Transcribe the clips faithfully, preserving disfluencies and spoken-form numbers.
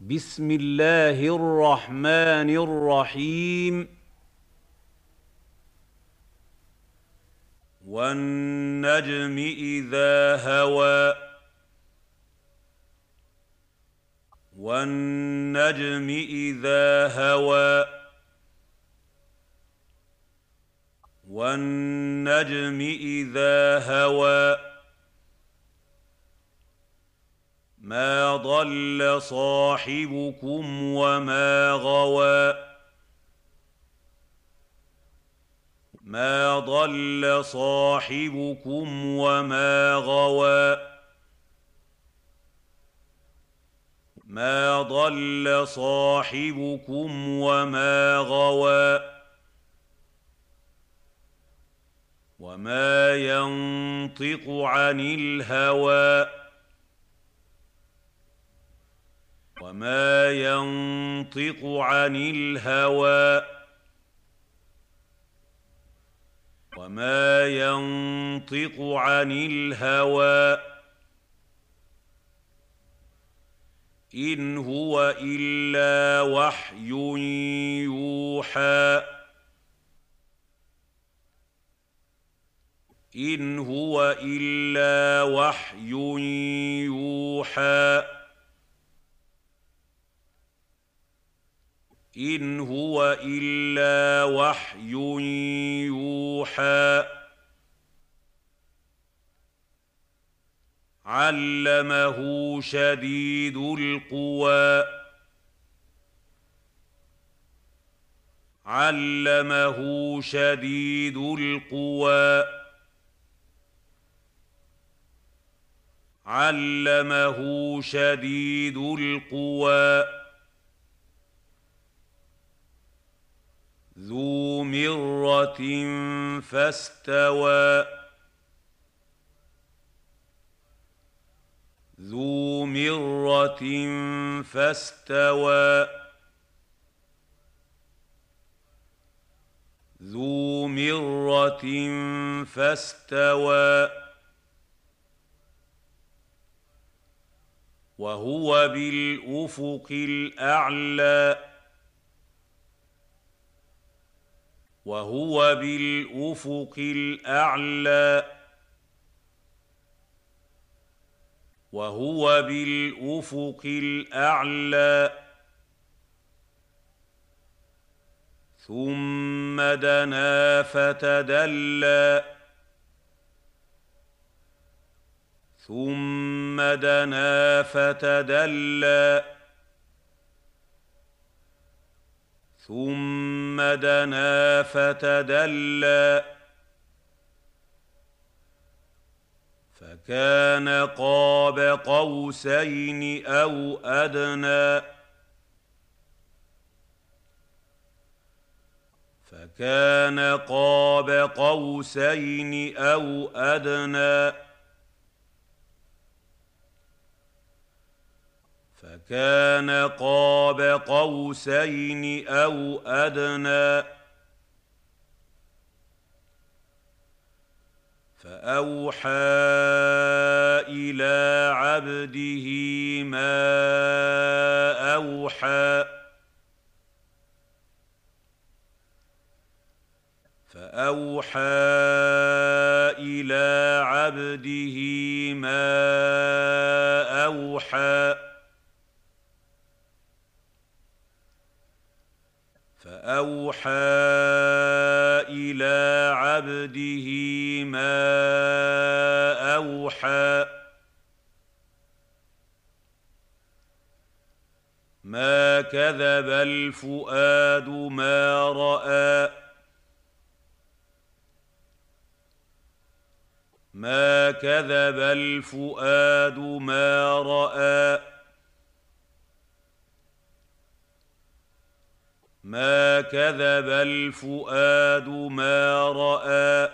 بسم الله الرحمن الرحيم. والنجم إذا هوى والنجم إذا هوى والنجم إذا هوى ما ضل صاحبكم وما غوى ما ضل صاحبكم وما غوى ما ضل صاحبكم وما غوى وما ينطق عن الهوى وما ينطق عن الهوى وما ينطق عن الهوى إن هو إلا وحي يوحى إن هو إلا وحي يوحى إن هو إلا وحي يوحى علمه شديد القوى علمه شديد القوى علمه شديد القوى ذو مرة فاستوى ذو مرة فاستوى ذو مرة فاستوى وهو بالأفق الأعلى وهو بالأفق الأعلى وهو بالأفق الأعلى ثم دنا فتدلى ثم دنا فتدلى ثم دنا فتدلى فكان قاب قوسين أو أدنى فكان قاب قوسين أو أدنى فكان قاب قوسين أو أدنى فأوحى إلى عبده ما أوحى فأوحى إلى عبده ما أوحى فأوحى إلى عبده ما أوحى ما كذب الفؤاد ما رأى ما كذب الفؤاد ما رأى ما كذب الفؤاد ما رأى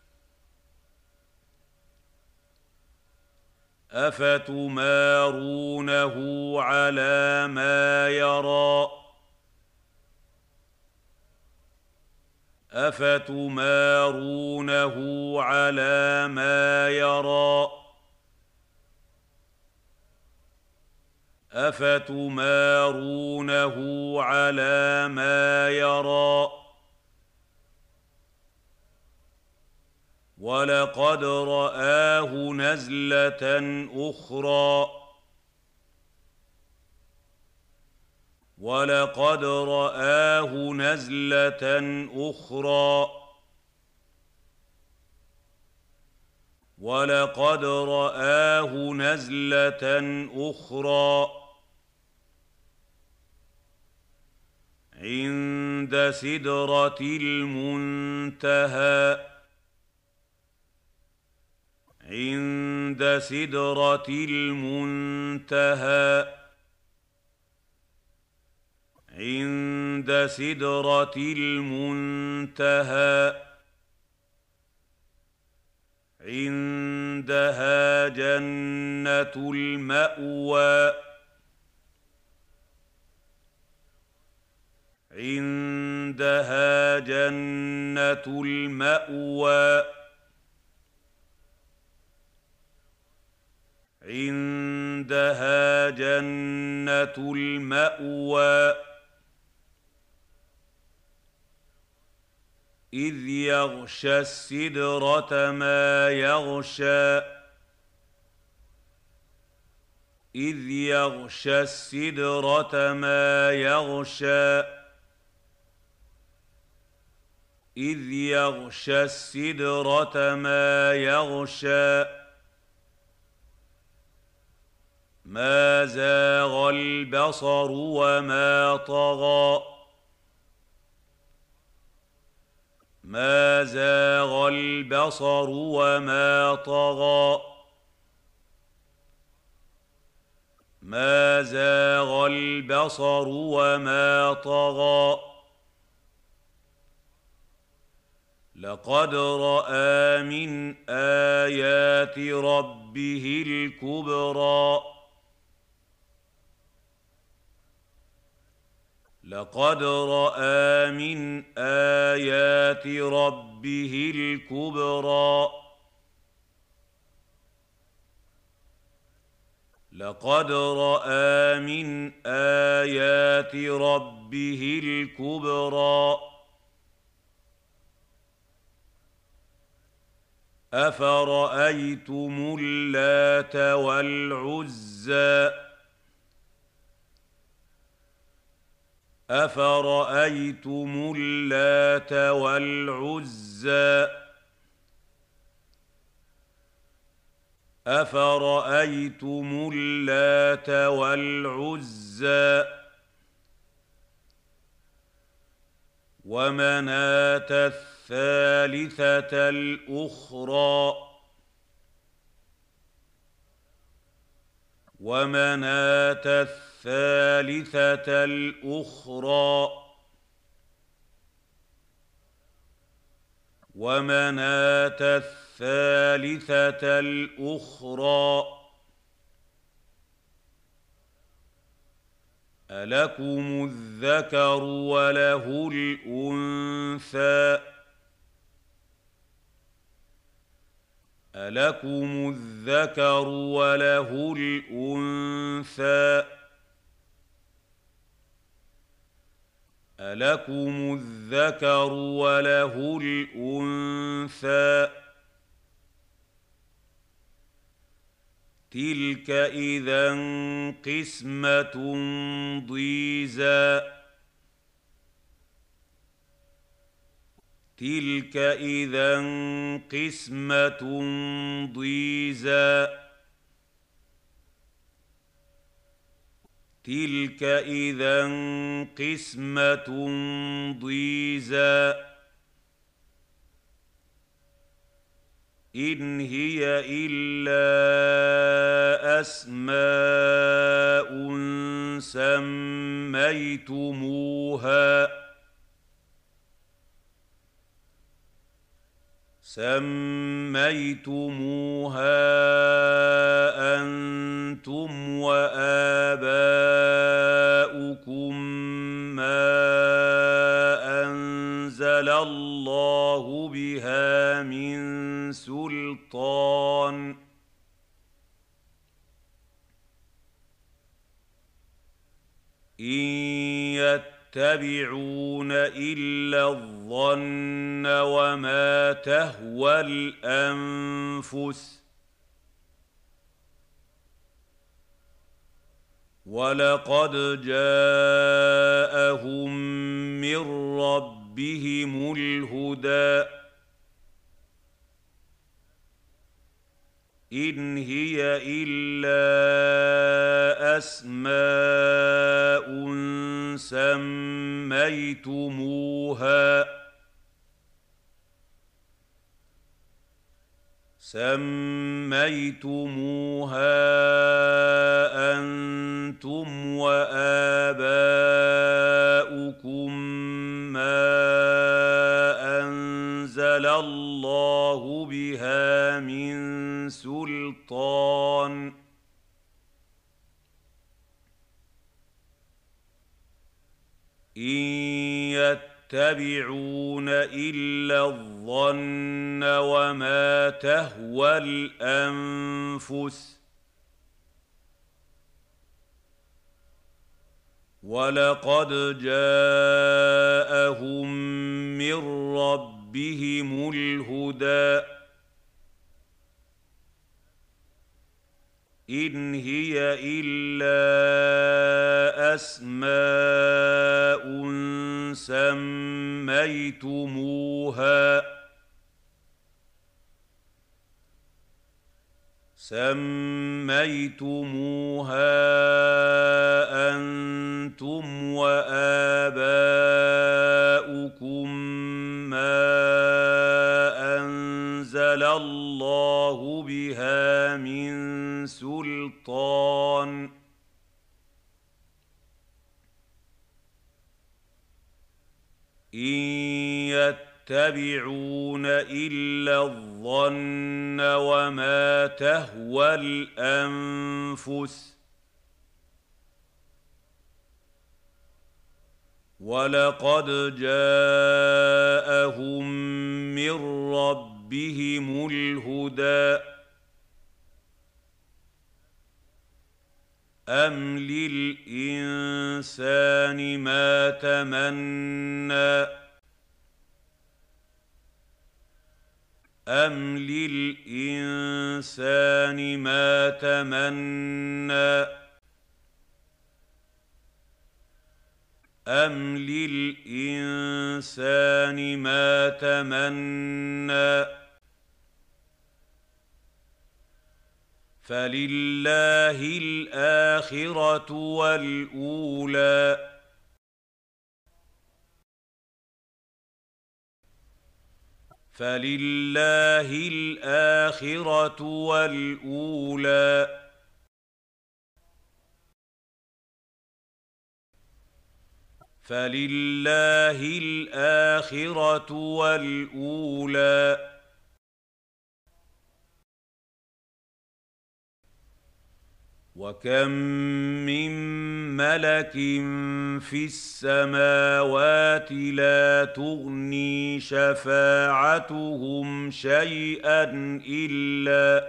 أفتمارونه على ما يرى أفتمارونه على ما يرى افتمارونه على ما يرى ولقد رآه نزلة أخرى ولقد رآه نزلة أخرى ولقد رآه نزلة أخرى عند سدرة المنتهى عند سدرة المنتهى عند سدرة المنتهى عندها جنة المأوى عندها جنة المأوى عندها جنة المأوى إذ يغشى السدرة ما يغشى إذ يغشى السدرة ما يغشى إذ يغشى السدرة ما يغشى ما زاغ البصر وما طغى ما زاغ البصر وما طغى ما زاغ البصر وما طغى لقد رأى من آيات ربه الكبرى لقد رأى من آيات ربه الكبرى لقد رأى من آيات ربه الكبرى أفرأيتم اللات والعزى أفرأيتم اللات والعزى أفرأيتم اللات والعزى ومناة الثالثة الأخرى ومناة الثالثة الأخرى ومناة الثالثة الأخرى ألكم الذكر وله الأنثى ألكم الذكر وله الأنثى ألكم الذكر وله الأنثى تلك إذا قسمة ضيزى تلك إذا قسمة ضيزى تلك إذا قسمة ضيزى إن هي إلا أسماء سميتموها سميتموها أنتم وآباؤكم ما أنزل الله بها من سلطان إن يتبعون إلا الظن وما تهوى الأنفس ولقد جاءهم من ربهم الهدى إن هي إلا أسماء سميتموها سميتموها أنتم وآباؤكم ما أنزل الله بها من سلطان إن يتبعون إلا الظن وما تهوى الأنفس ولقد جاءهم من ربهم الهدى إن هي إلا أسماء سميتموها سميتموها أنتم وآباؤكم ما أنزل الله بها من سلطان إن يتبعون إلا الظن وما تهوى الأنفس ولقد جاءهم من ربهم الهدى أم للإنسان ما تمنى أم للإنسان ما تمنى أم للإنسان ما تمنى فلله الآخرة والأولى فلله الآخرة والأولى فلله الآخرة والأولى وكم من ملك في السماوات لا تغني شفاعتهم شيئا إلا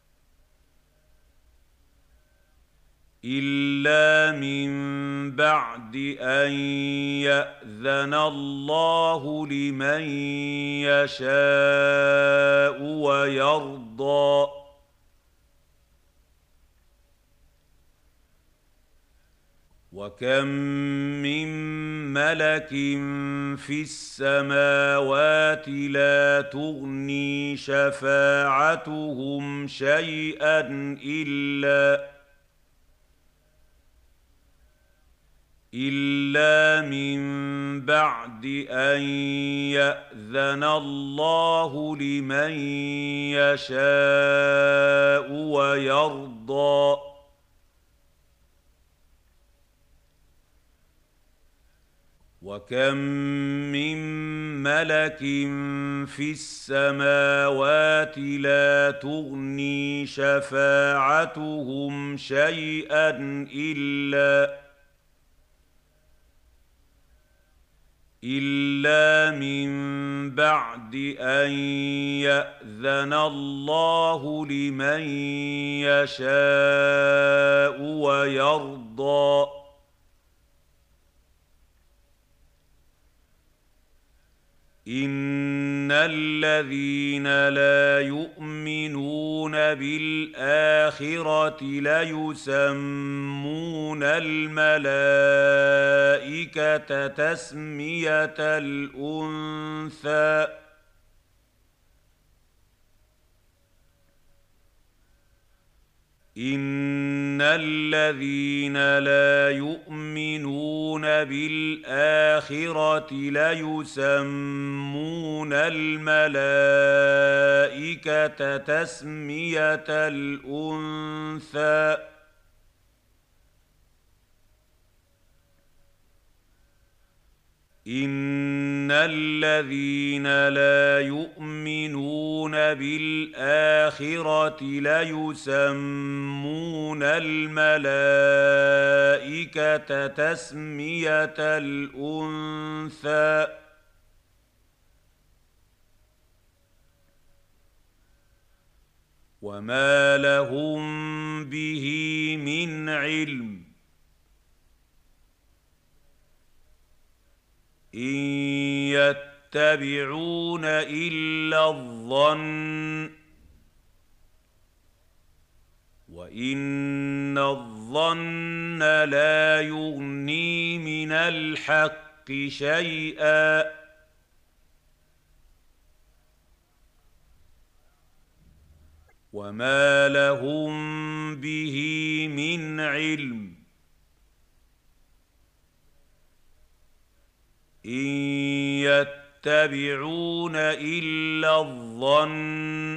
إلا من بعد أن يأذن الله لمن يشاء ويرضى وكم من ملك في السماوات لا تغني شفاعتهم شيئا إلا إلا من بعد أن يأذن الله لمن يشاء ويرضى وكم من ملك في السماوات لا تغني شفاعتهم شيئا إلا من بعد أن يأذن الله لمن يشاء ويرضى وكم من ملك في السماوات لا تغني شفاعتهم شيئا إلا من بعد أن يأذن الله لمن يشاء ويرضى وكم من ملك في السماوات لا تغني شفاعتهم شيئا إلا إلا من بعد أن يأذن الله لمن يشاء ويرضى إن الذين لا يؤمنون بالآخرة ليسمون الملائكة تسمية الأنثى إن الذين لا يؤمنون بالآخرة ليسمون الملائكة تسمية الأنثى إن الذين لا يؤمنون بالآخرة ليسمون الملائكة تسمية الأنثى وما لهم به من علم إن يتبعون إلا الظن وإن الظن لا يغني من الحق شيئا وما لهم به من علم إن يتبعون إلا الظن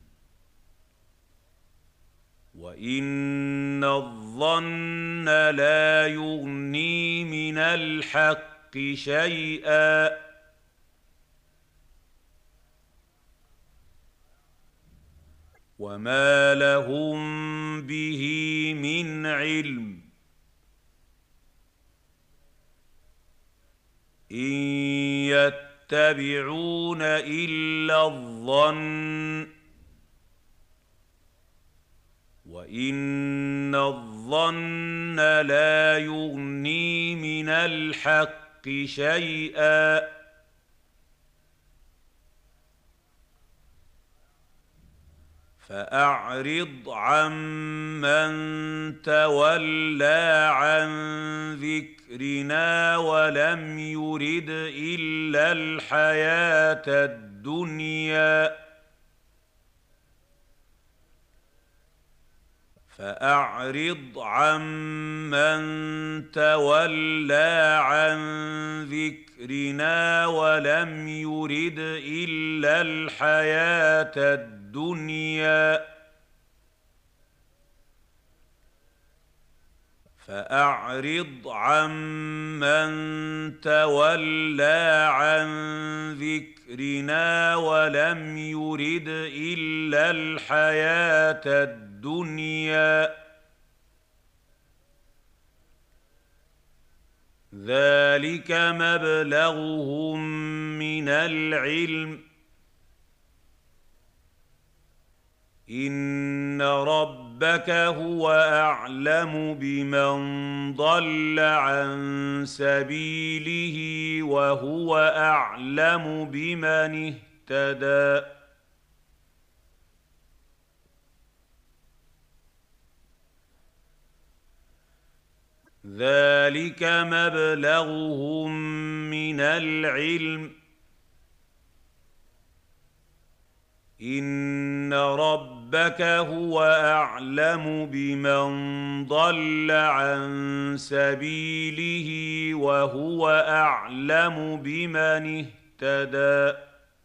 وإن الظن لا يغني من الحق شيئا وما لهم به من علم إن يتبعون إلا الظن وإن الظن لا يغني من الحق شيئا فأعرض عمن تولى عن ذكرنا ولم يرد إلا الحياة الدنيا فأعرض عمن تولى عن ذكرنا ولم يرد إلا الحياة الدنيا الدنيا فأعرض عمن تولى عن ذكرنا ولم يرد إلا الحياة الدنيا ذلك مبلغهم من العلم إن ربك هو أعلم بمن ضل عن سبيله وهو أعلم بمن اهتدى ذلك مبلغهم من العلم إن ربك هو أعلم بمن ضل عن سبيله وهو أعلم بمن اهتدى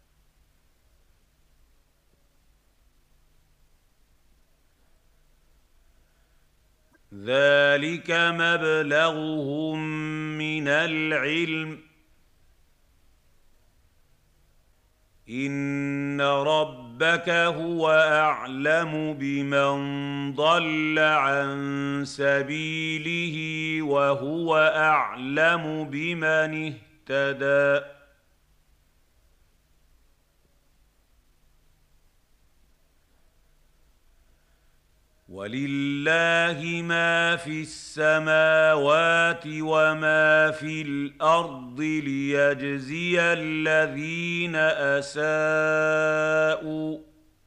ذلك مبلغهم من العلم إن ربك هو أعلم بمن ضل عن سبيله وهو أعلم بمن اهتدى ولله ما في السماوات وما في الأرض ليجزي الذين أساءوا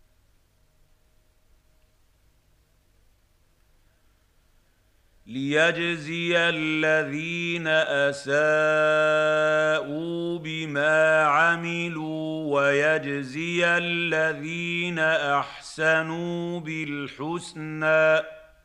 ليجزي الذين أساءوا بما عملوا ويجزي الذين أحسنوا بالحسنى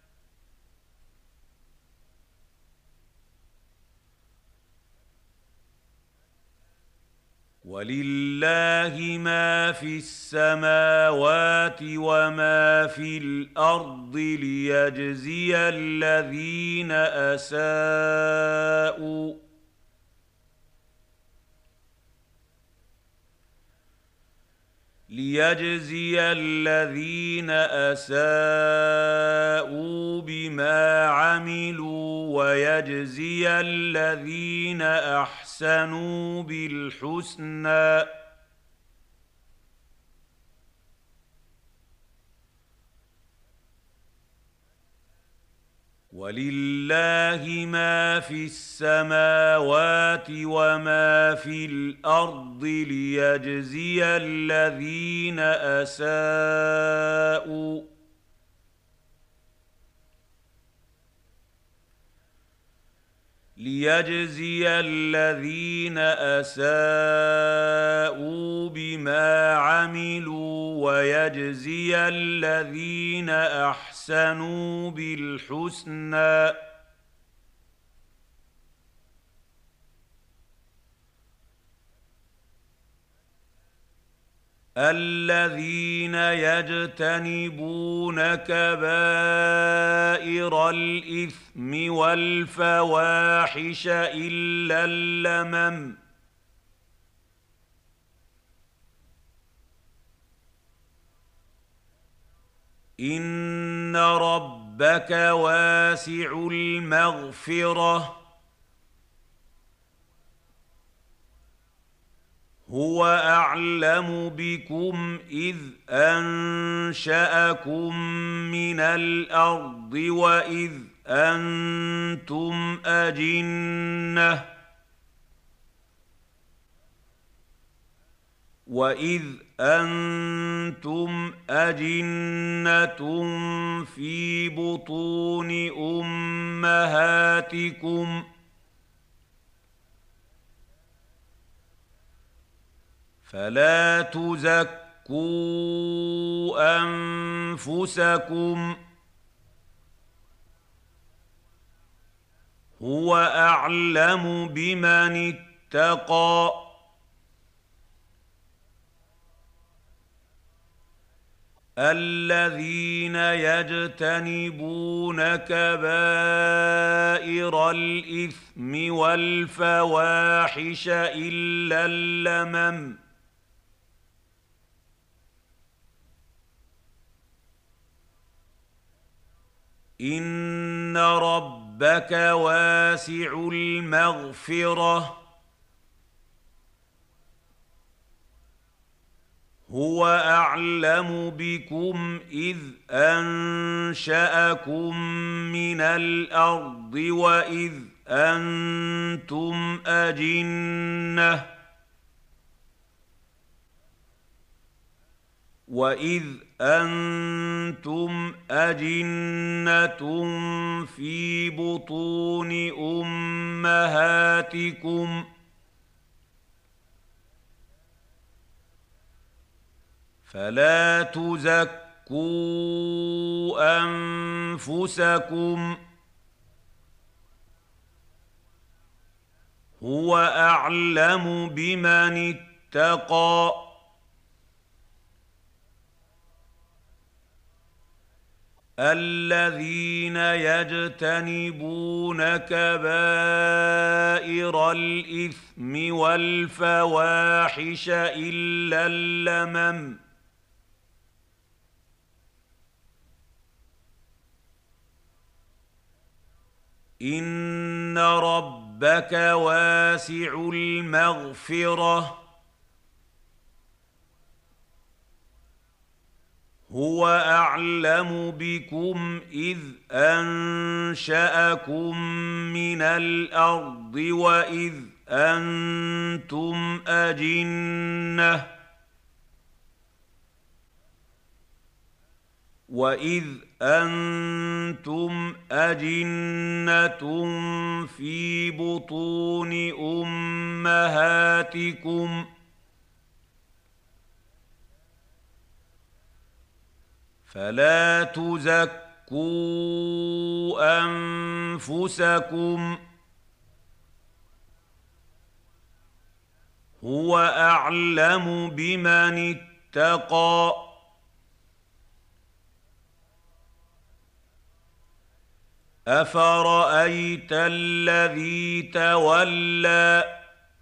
ولله ما في السماوات وما في الأرض ليجزي الذين أساءوا ليجزي الذين أساءوا بما عملوا ويجزي الذين أحسنوا بالحسنى ولله ما في السماوات وما في الأرض ليجزي الذين أساءوا ليجزي الذين أساءوا بما عملوا ويجزي الذين أحسنوا بالحسنى الذين يجتنبون كبائر الإثم والفواحش إلا اللمم إن ربك واسع المغفرة هو أعلم بكم إذ أنشأكم من الأرض وإذ أنتم أجنة وإذ أنتم أجنة في بطون أمهاتكم فلا تزكوا أنفسكم هو أعلم بمن اتقى الذين يجتنبون كبائر الإثم والفواحش إلا اللمم إن ربك واسع المغفرة هو أعلم بكم إذ أنشأكم من الأرض وإذ أنتم أجنة وإذ أنتم أجنة في بطون أمهاتكم فلا تزكوا أنفسكم هو أعلم بمن اتقى الذين يجتنبون كبائر الإثم والفواحش إلا اللمم إن ربك واسع المغفرة هو أعلم بكم إذ أنشأكم من الأرض وإذ أنتم أجنة وإذ أنتم أجنة في بطون أمهاتكم فلا تزكوا أنفسكم هو أعلم بمن اتقى أفرأيت الذي تولى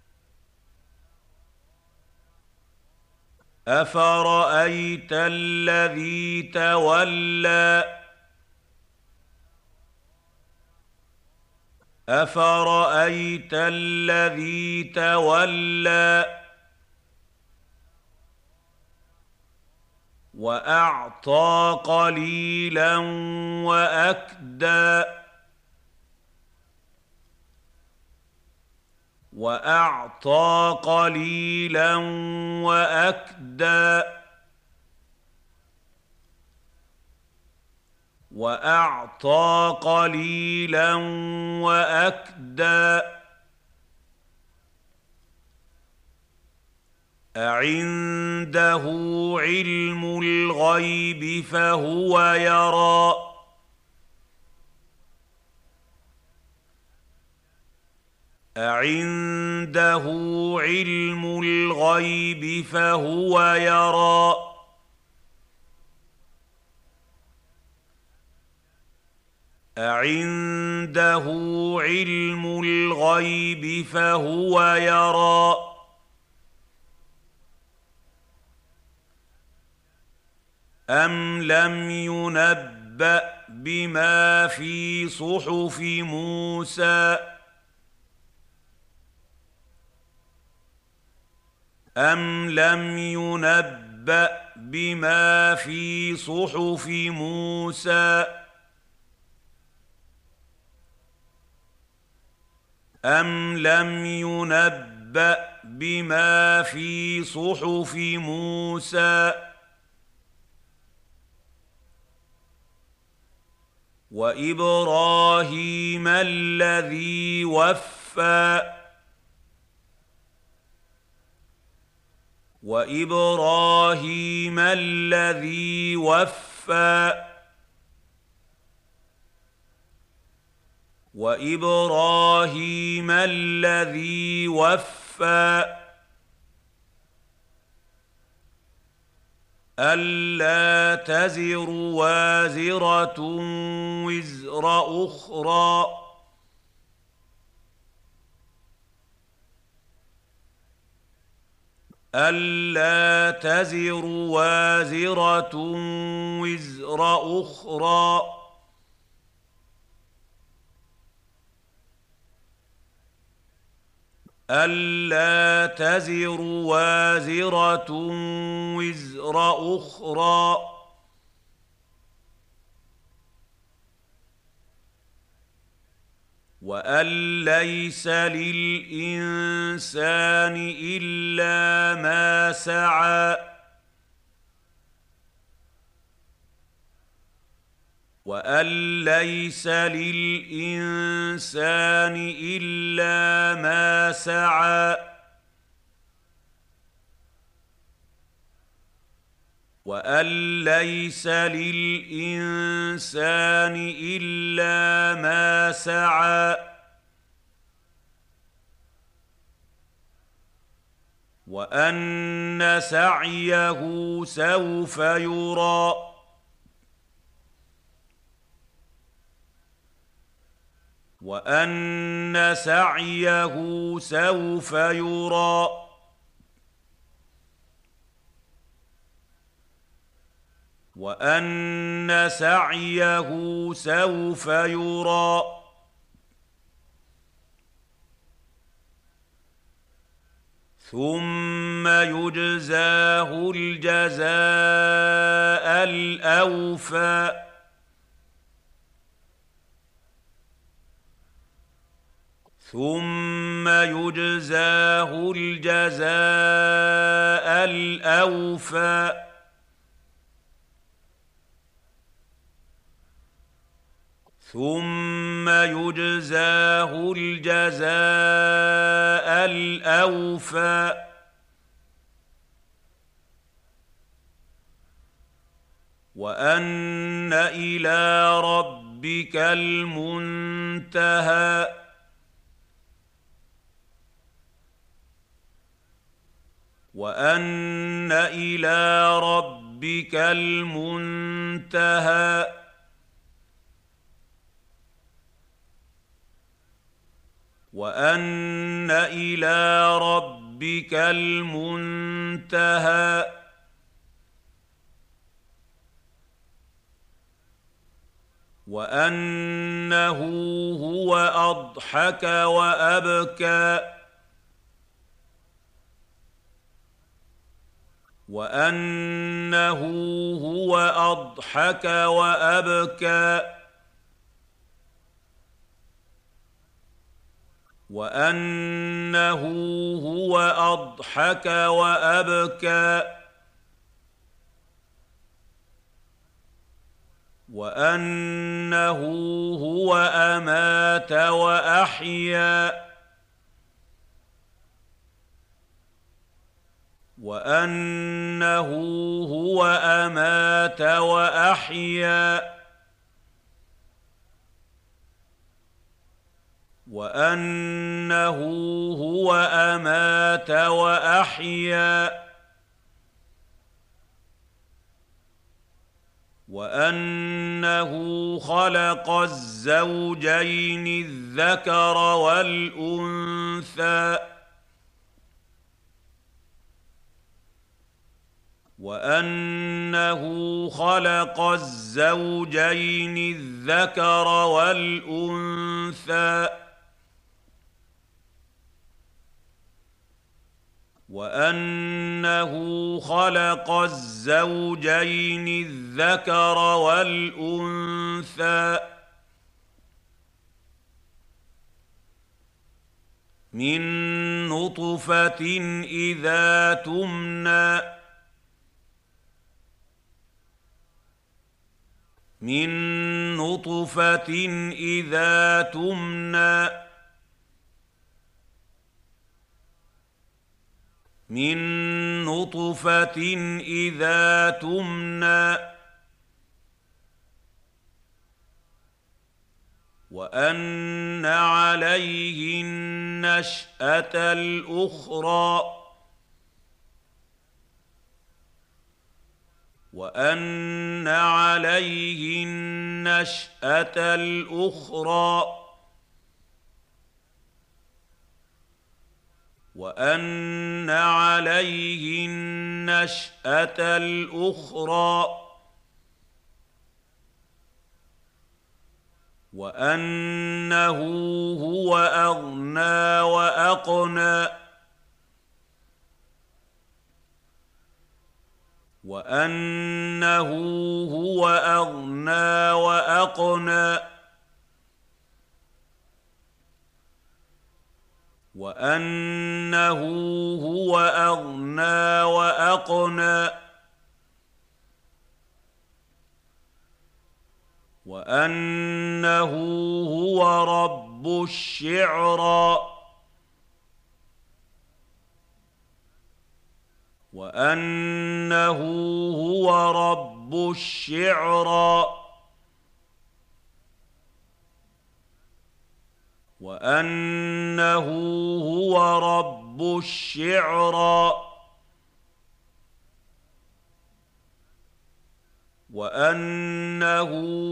أفرأيت الذي تولى أفرأيت الذي تولى وأعطى قليلا وأكدى وأعطى قليلا وأكدى وأعطى قليلا وأكدى أعنده علم الغيب فهو يرى أعنده علم الغيب فهو يرى أعنده علم الغيب فهو يرى أم لم ينبأ بما في صحف موسى أم لم ينبأ بما في صحف موسى أم لم ينبأ بما في صحف موسى وإبراهيم الذي وفى وإبراهيم الذي وفى وإبراهيم الذي وفى ألا تزر وازرة وزر أخرى ألا تزر وازرة وزر أخرى ألا تزر وازرة وزر أخرى وأن ليس للإنسان إلا ما سعى وأن ليس للإنسان إلا ما سعى وأن ليس للإنسان إلا ما سعى وأن سعيه سوف يرى وأن سعيه سوف يرى وأن سعيه سوف يرى ثم ثم يجزاه الجزاء الأوفى ثم يجزاه الجزاء الأوفى ثم يجزاه الجزاء الأوفى وأن إلى ربك المنتهى وأن إلى ربك المنتهى وأن إلى ربك المنتهى وأنه هو أضحك وأبكى وأنه هو أضحك وأبكى وأنه هو أضحك وأبكى وأنه هو أمات وأحيا وأنه هو أمات وأحيا وأنه هو أمات وأحيا وأنه خلق الزوجين الذكر والأنثى وأنه خلق الزوجين الذكر والأنثى وأنه خلق الزوجين الذكر والأنثى من نطفة إذا تمنى من نطفة إذا تمنى من نطفة إذا تمنى وأن عليه النشأة الأخرى وأن عليه النشأة الأخرى وأن عليه النشأة الأخرى وأنه هو أغنى وأقنى وأنه هو أغنى وأقنى وأنه هو أغنى وأقنى وأنه هو رب الشعرى وأنه هو رب الشعرى وأنه هو رب الشعرى وأنه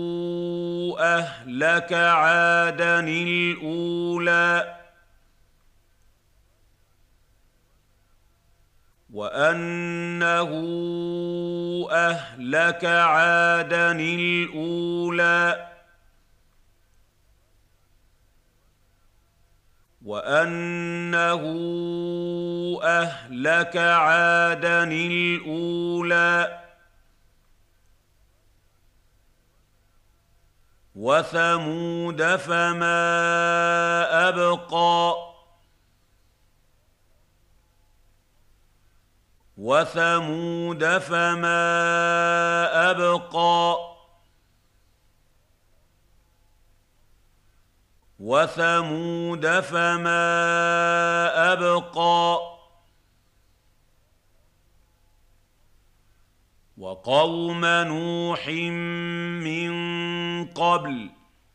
أهلك عادا الأولى وأنه أهلك عادا الأولى وأنه أهلك عادا الأولى وثمود فما أبقى وثمود فما أبقى وثمود فما أبقى وقوم نوح من قبل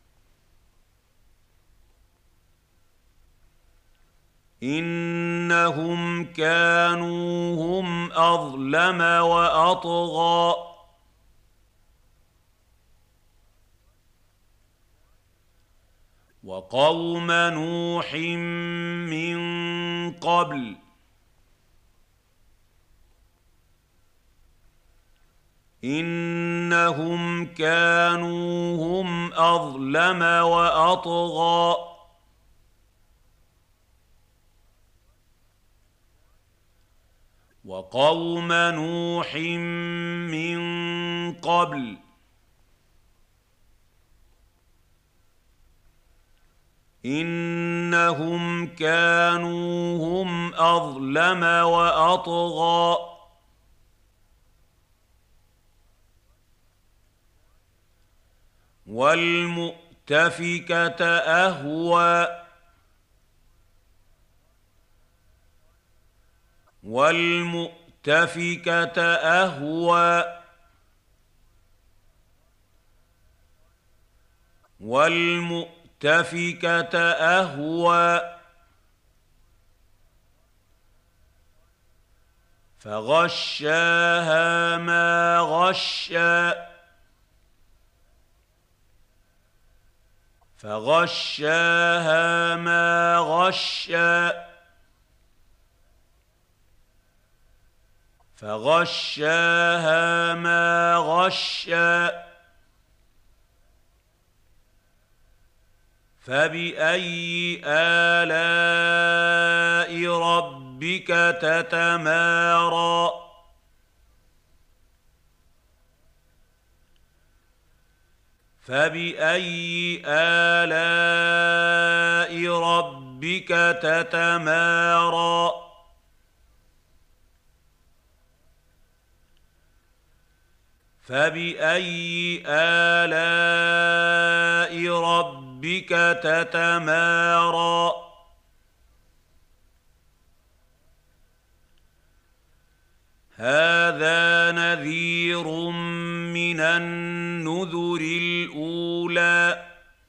إنهم كانوا هم أظلم وأطغى وقوم نوح من قبل إنهم كانوا هم أظلم وأطغى وقوم نوح من قبل إنهم كانوا هم أظلم وأطغى والمؤتفكة أهوى والمؤتفكة أهوى والمؤتفكة أهوى فغشاها ما غشى فغشاها ما غشى فغشاها ما غشى فبأي آلاء ربك تتمارى فبأي آلاء ربك تتمارى فبأي آلاء ربك تتمارى هذا نذير من النذر الأولى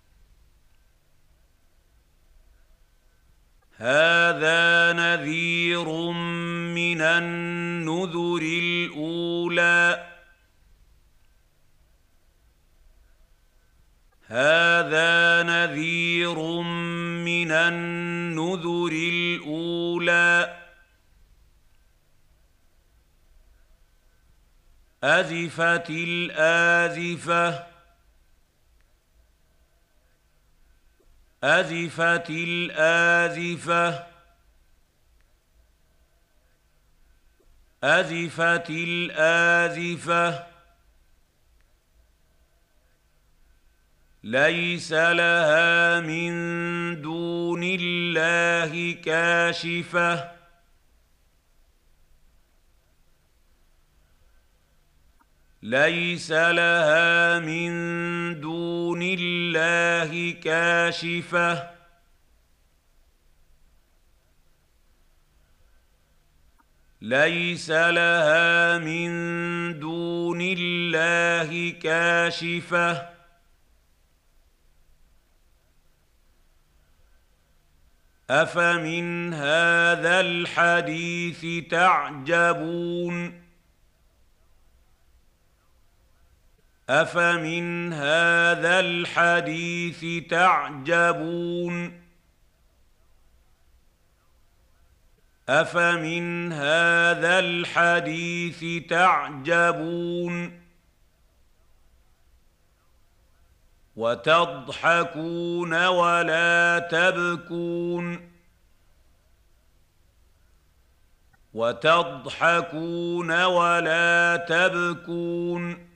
هذا نذير من النذر الأولى هذا نذير من النذر الأولى أزفت الآزفة أزفت الآزفة أزفت الآزفة ليس لها من دون الله كاشفة ليس لها من دون الله كاشفة ليس لها من دون الله كاشفة أفمن هذا الحديث تعجبون أفمن هذا الحديث تعجبون أفمن هذا الحديث تعجبون وتضحكون ولا تبكون وتضحكون ولا تبكون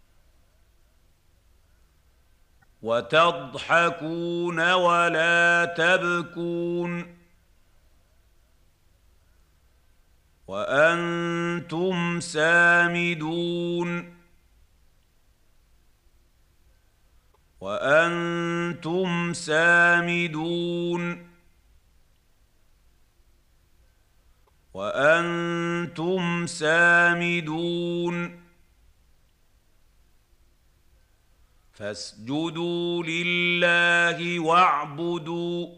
وتضحكون ولا تبكون وأنتم سامدون وأنتم سامدون وأنتم سامدون فاسجدوا لله واعبدوا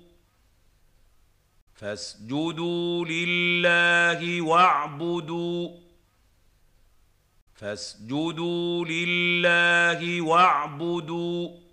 فاسجدوا لله واعبدوا فاسجدوا لله واعبدوا